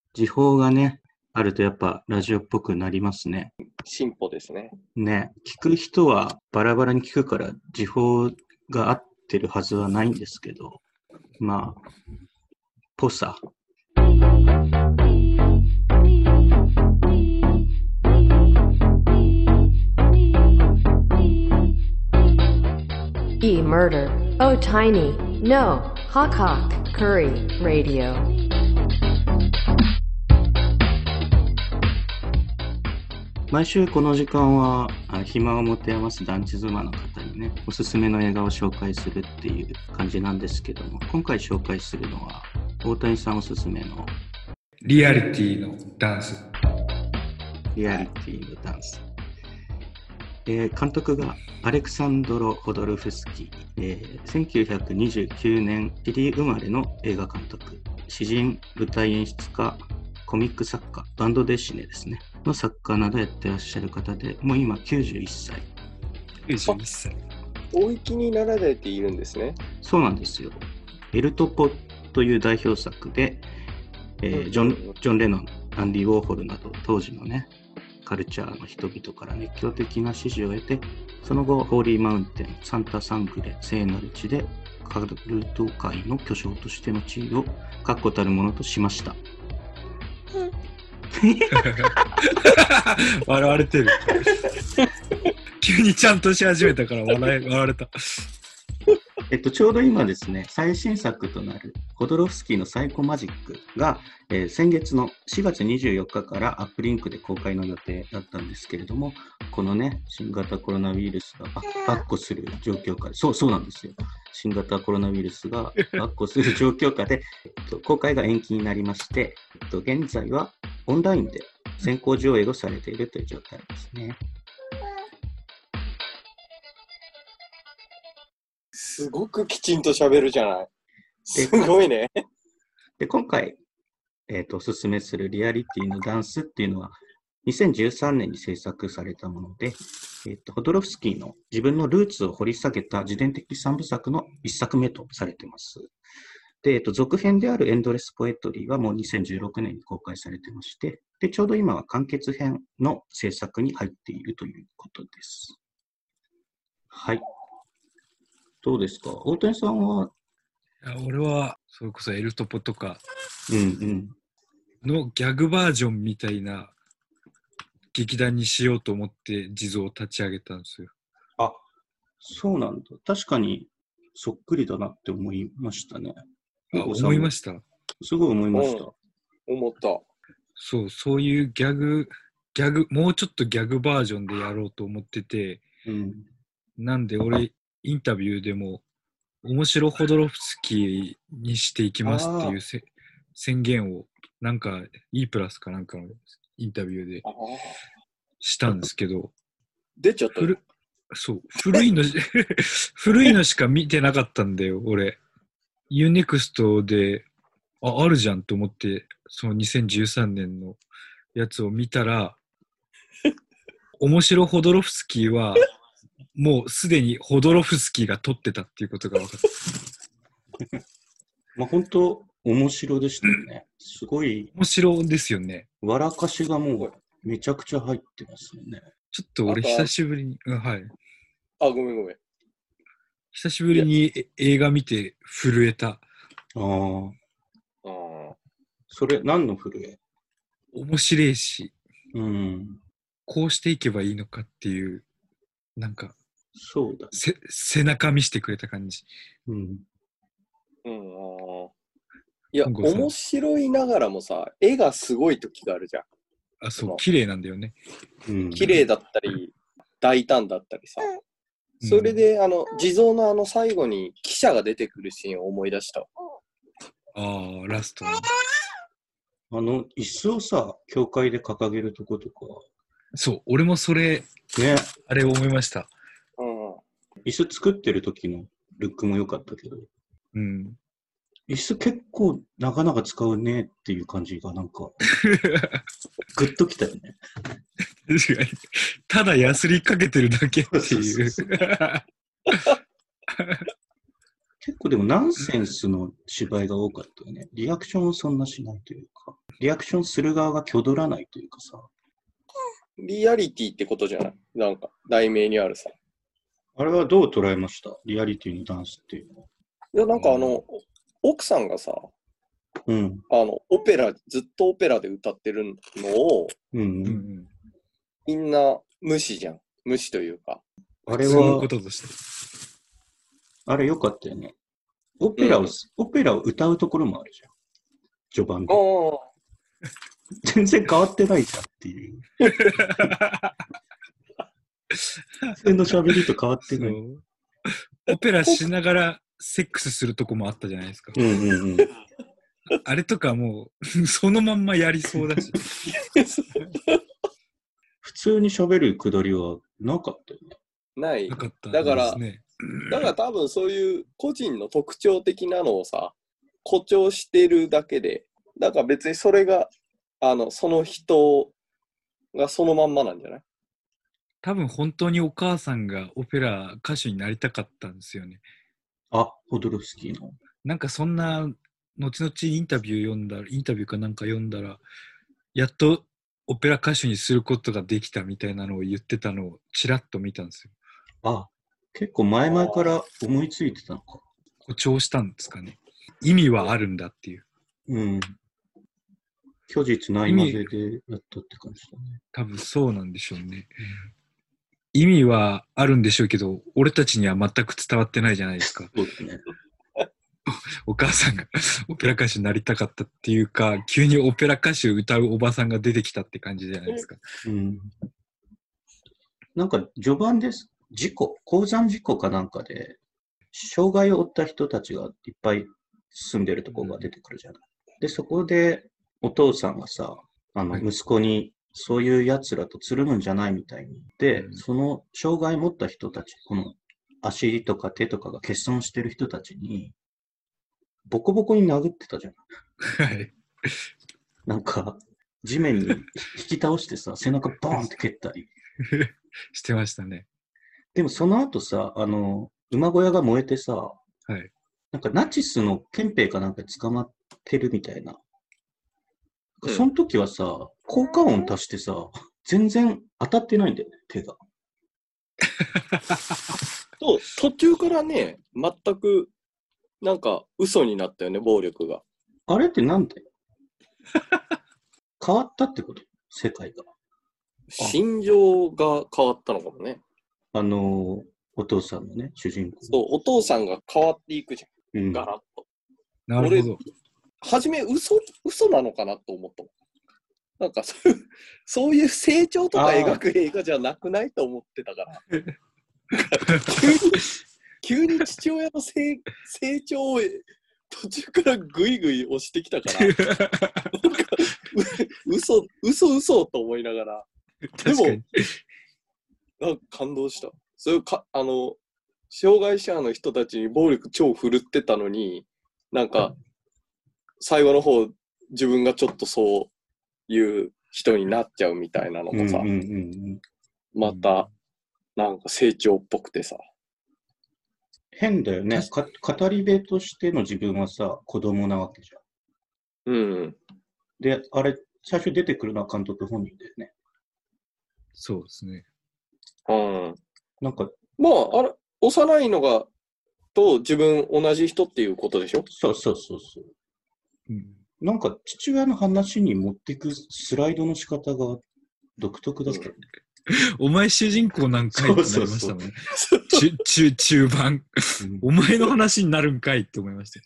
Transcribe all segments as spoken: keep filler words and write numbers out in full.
時報がね、あるとやっぱラジオっぽくなりますね。 進歩ですね。 ね、聞く人はバラバラに聞くから時報が合ってるはずはないんですけど、まあ、ぽさ。 E murder. Oh tiny. No. Hawk hawk. Curry. Radio. 毎週この時間はあ暇を持て余す団地妻の方にね、おすすめの映画を紹介するっていう感じなんですけども、今回紹介するのは大谷さんおすすめのリアリティのダンス。 リアリティのダンス。えー、監督がアレクサンドロ・ホドルフスキー、えー、せんきゅうひゃくにじゅうきゅうねんチリ生まれの映画監督、詩人、舞台演出家、コミック作家、バンドデシネですねの作家などやってらっしゃる方で、もう今きゅうじゅういっさい。 きゅうじゅういっさい。 大域になられているんですね。 そうなんですよ。エルトポという代表作で、えー、ジョン、ジョン・レノン、アンディ・ウォーホルなど当時のね、カルチャーの人々から熱狂的な支持を得て、その後、ホーリーマウンテン、サンタ・サングレ、聖なる地で、カルト界の巨匠としての地位を確固たるものとしました。 笑われてる。急にちゃんとし始めたから笑い笑われた。 えっと、ちょうど今ですね、最新作となるホドロフスキーのサイコマジックが、えー、先月のしがつにじゅうよっかからアップリンクで公開の予定だったんですけれども、このね、新型コロナウイルスがばっこする状況下で、そうそうなんですよ。新型コロナウイルスがばっこする状況下で、えっと、公開が延期になりまして、えっと、現在はオンラインで先行上映をされているという状態ですね。 すごくきちんと喋るじゃない。すごいね。 で、今回、えーと、おすすめするリアリティのダンスっていうのは、にせんじゅうさんねんに制作されたもので、えーと、ホドロフスキーの自分のルーツを掘り下げた自伝的三部作のいっさくめとされています。で、えーと、続編であるエンドレスポエトリーはもうにせんじゅうろくねんに公開されてまして、で、ちょうど今は完結編の制作に入っているということです。はい。どうですか、大谷さんは。 いや俺はそれこそエルトポとかうんうんのギャグバージョンみたいな劇団にしようと思って地蔵を立ち上げたんですよ。 あ、そうなんだ。確かにそっくりだなって思いましたね。 あ、思いました。 すごい思いました。 思った。 そう、そういうギャグ、ギャグ、もうちょっとギャグバージョンでやろうと思ってて、 うん、 なんで俺、インタビューでも、面白ホドロフスキーにしていきますっていうせ宣言を、なんか、E プラスかなんかのインタビューでしたんですけど、 出ちゃった古そう、古いの、古いのしか見てなかったんだよ、俺。ユーネクストで、あ、あるじゃんと思って、そのにせんじゅうさんねんのやつを見たら、面白ホドロフスキーは、もうすでにホドロフスキーが撮ってたっていうことが分かった。 まあ本当面白でしたよね。すごい。 面白ですよね。 笑かしがもうめちゃくちゃ入ってますよね。 ちょっと俺久しぶりに、うん、はい。 あ、ごめんごめん。 久しぶりに映画見て震えた。 ああ。ああ。それ何の震え？ 面白いし、 うん。 こうしていけばいいのかっていう、なんか、 そうだ、ね、 せ背中見せてくれた感じ。 うん。 うん、あいや、面白いながらもさ、絵がすごい時があるじゃん。 あ、そう、綺麗なんだよね。 うん、綺麗だったり、大胆だったりさ。それで、あの、地蔵のあの最後に記者が出てくるシーンを思い出した。 ああ、ラスト。 あの、椅子をさ、教会で掲げるとことか。 そう、俺もそれ、 ね、 あれ思いました。 うん。 椅子作ってる時のルックも良かったけど。 うん。 椅子結構なかなか使うねっていう感じがなんか、グッときたよね。 確かに。ただヤスリかけてるだけっていう。 結構でもナンセンスの芝居が多かったよね。リアクションをそんなしないというか。 リアクションする側が挙取らないというかさ。 リアリティってことじゃない？なんか、題名にあるさ。 あれはどう捉えました？リアリティのダンスっていうのは。 いや、なんかあの、奥さんがさ、 うん。 あの、オペラ、ずっとオペラで歌ってるのを、 うん、う。 うんうんん。 みんな無視じゃん。無視というか。 あれ普通のはこ、ととして。 あれ良かったよね。オペラを、 うんオペラを歌うところもあるじゃん。序盤で。 ああ。 全然変わってないじゃんっていう。普通の喋りと変わってそない。 う。オペラしながらセックスするとこもあったじゃないですか。 うんうんうん。 あれとかもう、そのまんまやりそうだし。 普通に喋るくだりはなかったよね。 ないな。かっただからですね。 だから多分そういう個人の特徴的なのをさ、誇張してるだけで、だから別にそれが、あの、その人がそのまんまなんじゃない？ 多分本当にお母さんがオペラ歌手になりたかったんですよね。 あ、ホドロフスキーの。 なんかそんな、後々インタビュー読んだら、インタビューかなんか読んだら、やっとオペラ歌手にすることができたみたいなのを言ってたのをちらっと見たんですよ。 あ、結構前々から思いついてたのか。 誇張したんですかね。意味はあるんだっていう。 うん。虚実ないまぜでやったって感じだね。 多分そうなんでしょうね。意味はあるんでしょうけど、俺たちには全く伝わってないじゃないですか。 そうですね。 お母さんがオペラ歌手になりたかったっていうか、急にオペラ歌手歌うおばさんが出てきたって感じじゃないですか。 うん。なんか序盤です。事故、鉱山事故かなんかで、障害を負った人たちがいっぱい住んでるところが出てくるじゃない。で、そこでお父さんがさ、あの、 はい息子にそういう奴らとつるむんじゃないみたいに言って、 うんその障害を持った人たち、この足とか手とかが欠損してる人たちに、ボコボコに殴ってたじゃん。 はい。 なんか、地面に引き倒してさ、背中ボーンって蹴ったり。 してましたね。 でもその後さ、あの、馬小屋が燃えてさ、 はい。 なんかナチスの憲兵かなんか捕まってるみたいな。 うんその時はさ、効果音足してさ、全然当たってないんだよね、手が。 と途中からね、全くなんか嘘になったよね、暴力が。 あれってなんで変わったってこと世界が。 心情が変わったのかもね。 あの、お父さんのね、主人公。 そう、お父さんが変わっていくじゃん、 うん。 ガラッと。 なるほど。 初め嘘、嘘なのかなと思ったもん。なんかそういう、そういう成長とか描く映画じゃなくないと思ってたから。急に、急に父親の成成長を途中からグイグイ押してきたから、なんかう嘘、嘘嘘と思いながら、でも確かに。 なんか感動した。そういうか、あの、障害者の人たちに暴力超振るってたのに、なんか、最後の方、自分がちょっとそういう人になっちゃうみたいなのもさ、 うんうんうんうん。 また、なんか成長っぽくてさ。 変だよね。か語り部としての自分はさ、子供なわけじゃん。 うん。 で、あれ、最初出てくるのは監督本人だよね。 そうですね。 うん。 なんか、 まあ、あれ、幼いのが、と自分同じ人っていうことでしょ？ そうそうそうそう。 うん、 なんか父親の話に持っていくスライドの仕方が独特だったね。 お前主人公なんかいってなりましたもんね。中中中盤、 うんお前の話になるんかいって思いましたよ。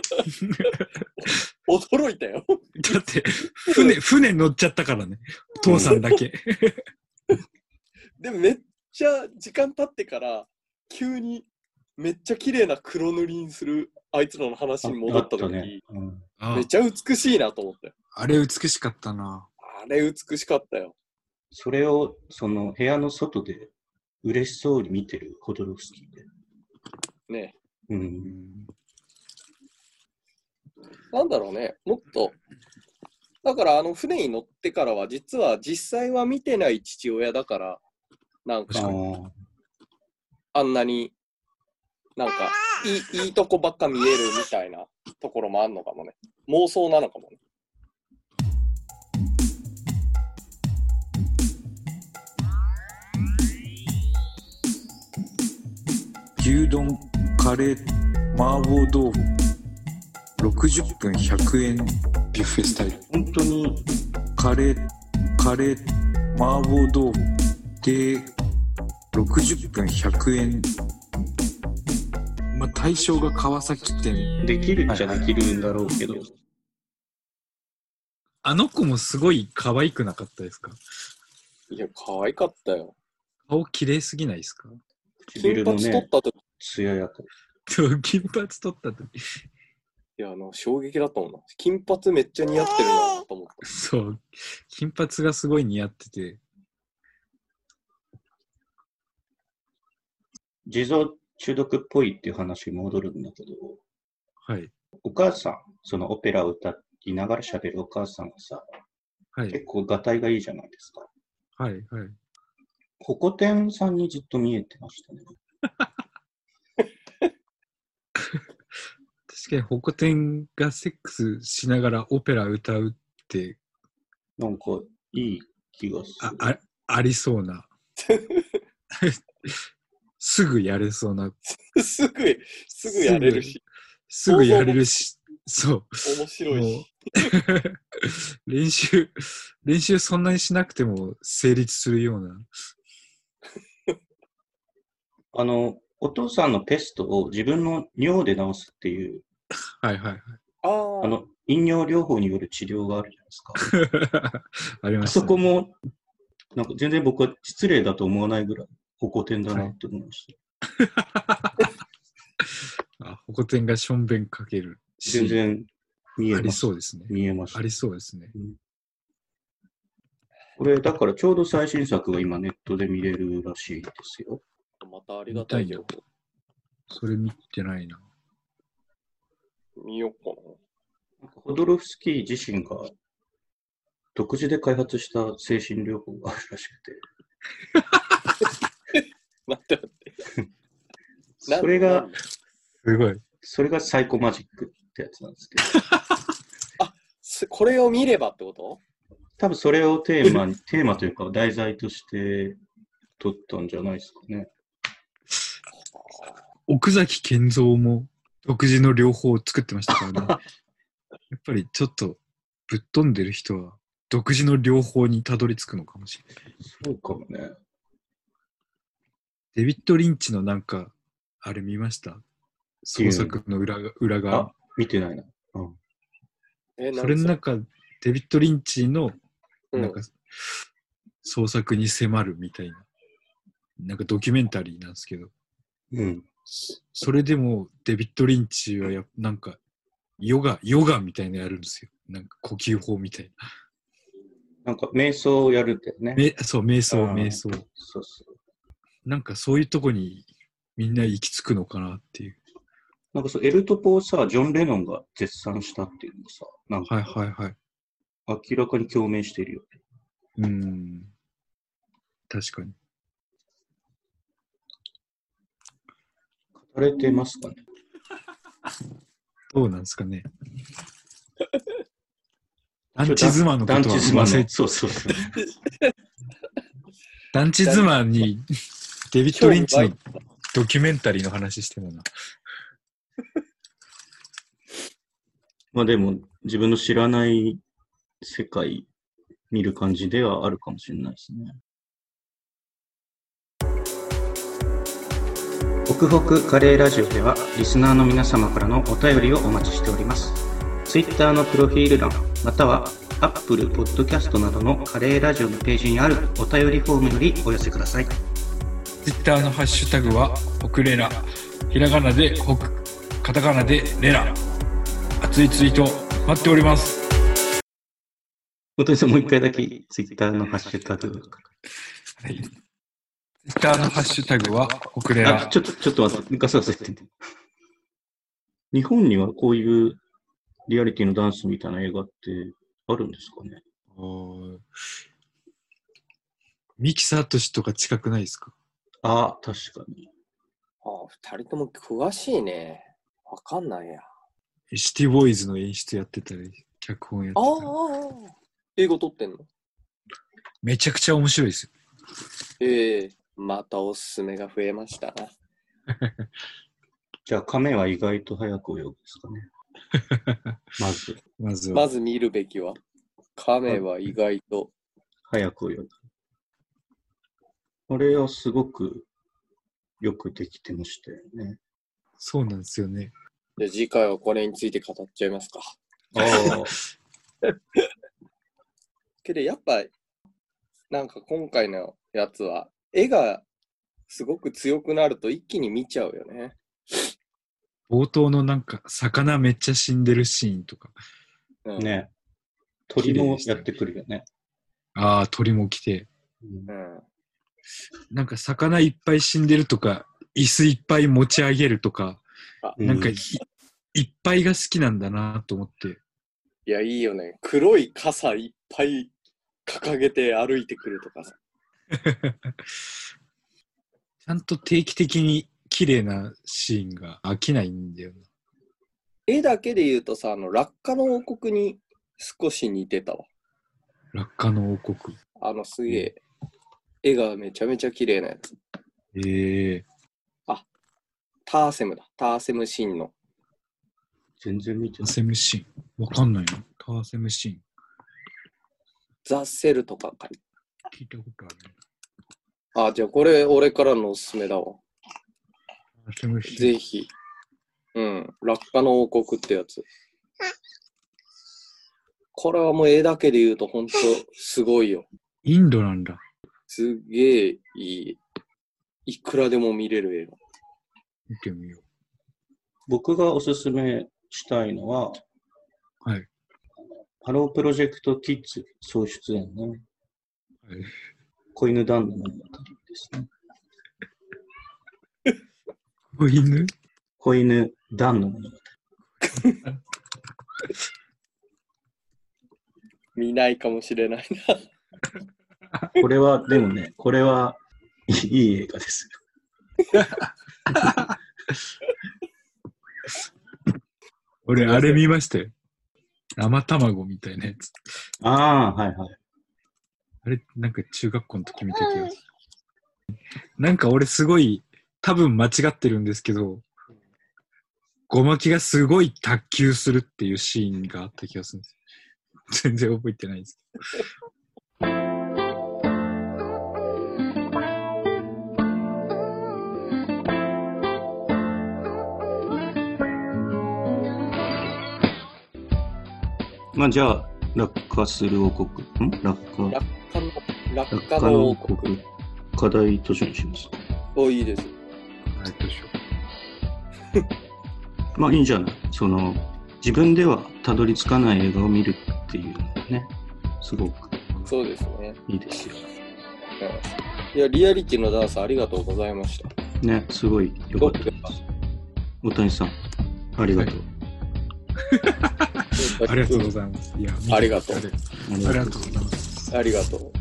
驚いたよ。 だって船船乗っちゃったからね、父さんだけ。 でもめっちゃ時間経ってから急にめっちゃ綺麗な黒塗りにするあいつらの話に戻った時、 あったね。うんあめっちゃ美しいなと思ったよ。 あれ美しかったな。 あれ美しかったよ。 それをその部屋の外で嬉しそうに見てるホドロフスキーで。 ね。 う。 うんん、 なんだろうね、もっと。だからあの船に乗ってからは実は実際は見てない父親だからなんあかーあんなになんかいい、いいとこばっか見えるみたいなところもあんのかもね。妄想なのかもね。 牛丼、カレー、麻婆豆腐、ろくじゅっぷんひゃくえんビュッフェスタイル。 本当にカレー、カレー、麻婆豆腐でろくじゅっぷんひゃくえん。まあ、対象が川崎店。 できるっちゃできるんだろうけど、 あの子もすごい可愛くなかったですか？ いや、可愛かったよ。 顔綺麗すぎないですか？ 金髪取った時、 艶やか。 そう金髪取った時。 いや、あの、衝撃だったもんな。金髪めっちゃ似合ってるなと思った。 そう。金髪がすごい似合ってて。 地蔵中毒っぽいっていう話に戻るんだけど、 はい。 お母さん、そのオペラを歌いながら喋るお母さんがさ、 はい。 結構がたいがいいじゃないですか。 はい。はい。 ホコ天さんにずっと見えてましたね。 確かにホコ天がセックスしながらオペラ歌うってなんかいい気がする。 あ、あ、ありそうな。すぐやれそうな。 すぐ、すぐやれるし。 すぐやれるし。そう。 面白いし。 練習、練習そんなにしなくても成立するような。 あの、お父さんのペストを自分の尿で治すっていう、 はいはいはい。 ああの、飲尿療法による治療があるじゃないですか。 あります、ね。 あそこも、なんか全然僕は失礼だと思わないぐらい、ホコ天だなって思いました。 あ、ホコ天がしょんべんかけるし。 全然見えます。 ありそうですね。 見えました。 ありそうですね。 うん、これ、だからちょうど最新作が今ネットで見れるらしいですよ。 またありがたい情報。 それ見てないな。 見よっかな。 なんかホドロフスキー自身が独自で開発した精神療法があるらしくて。 待って待って。 それが、 すごい。 それがサイコマジックってやつなんですけど。 あ、これを見ればってこと？ 多分それをテーマに、テーマというか題材として撮ったんじゃないですかね。 奥崎健三も独自の療法を作ってましたからね。やっぱりちょっとぶっ飛んでる人は独自の療法にたどり着くのかもしれない。 そうかもね。 デビッド・リンチのなんか、あれ見ました？創作の裏が、裏側。 あ、見てないな。うん、 えそれの中、デビッド・リンチの、なんか、 うん、 創作に迫るみたいな、なんかドキュメンタリーなんですけど、 うん、 それでもデビッド・リンチはやなんか、ヨガ、ヨガみたいなのやるんですよ。なんか呼吸法みたいな。 なんか瞑想をやるんだよね。 めそう、瞑想、瞑想。 そうそう。 なんかそういうとこにみんな行き着くのかなっていう。 なんかそう、エルトポをさ、ジョン・レノンが絶賛したっていうのさ、なんか、 はいはいはい。 明らかに共鳴してるよね。 うーん。確かに。 語れてますかね。 どうなんですかね。団地妻のことは忘れて、そうそうそう。 団地妻にデビッド・リンチのドキュメンタリーの話してもな。 まあでも、自分の知らない世界見る感じではあるかもしれないですね。ホクホクカレーラジオではリスナーの皆様からのお便りをお待ちしております。Twitter のプロフィール欄または Apple Podcast などのカレーラジオのページにあるお便りフォームよりお寄せください。 Twitter のハッシュタグはホクレラ、ひらがなでホク、カタカナでレラ。熱いツイート待っております。 本当にもう一回だけ Twitter のハッシュタグ。 はい。Twitter のハッシュタグはホクレラ。 あ、ちょっと、ちょっと待って、ガサガサ言って。日本にはこういうリアリティのダンスみたいな映画ってあるんですかね。 ミキサートシとか近くないですか？ あ、確かに。 ああ、二人とも詳しいね。わかんないや。 シティボーイズの演出やってたり、脚本やってたり。 ああ、英語撮ってんの？ めちゃくちゃ面白いですよ。 ええー、またおすすめが増えましたな。 じゃあ、亀は意外と早く泳ぐですかね。まず、 まずは。 まず見るべきは、亀は意外と。 早く泳ぐ。これはすごくよくできてましたよね。 そうなんですよね。 じゃあ次回はこれについて語っちゃいますか。 ああ。 けどやっぱ、なんか今回のやつは、絵がすごく強くなると一気に見ちゃうよね。 冒頭のなんか、魚めっちゃ死んでるシーンとか。 うん、 ね。鳥もやってくるよね。 ああ、鳥も来て。 うんうん。 なんか、魚いっぱい死んでるとか、椅子いっぱい持ち上げるとか、 あなんかい、 うんいっぱいが好きなんだなと思って。 いや、いいよね。黒い傘いっぱい掲げて歩いてくるとかさ。 ちゃんと定期的に綺麗なシーンが飽きないんだよな。 絵だけで言うとさ、あの、落下の王国に少し似てたわ。 落下の王国。 あの、すげえ、絵がめちゃめちゃ綺麗なやつ。 ええターセムだ。ターセムシンの。 全然見てない。 ターセムシーン。わかんないな。ターセムシーン。 ザ・セルとかか。 聞いたことあるね。 あ、じゃあこれ俺からのおすすめだわ。 ターセムシーン。 ぜひ。うん。落下の王国ってやつ。これはもう絵だけで言うとほんとすごいよ。 インドなんだ。 すげえいい。いくらでも見れる映画。 見てみよ僕がおすすめしたいのは、 う。はい。 ハロープロジェクトキッズ総出演のはい、 子犬団の物語ですね。 子犬子犬団の物語。 見ないかもしれないな。 これは、でもね、これはいいいい映画ですよ。 俺、あれ見ましたよ。生卵みたいなやつ。 ああ、はいはい。 あれ、なんか中学校の時見た気がする。なんか俺すごい、多分間違ってるんですけど、ごまきがすごい卓球するっていうシーンがあった気がするんですよ。全然覚えてないですけど。 まあ、じゃあ、落下する王国。ん落下。 落下の、落落下の王下の王国。 国。課題図書にします。 お、いいです。 はい、どうしよまあいいんじゃない。その、自分ではたどり着かない映画を見るっていうのがね、すごくそうですね。 いいですよ。 いや、リアリティのダンスありがとうございました。 ね、すごい良かったです。大谷さん、ありがとう。 う。ありがとうございます。いや、 ありがとうありがとうございます。 ありがとう。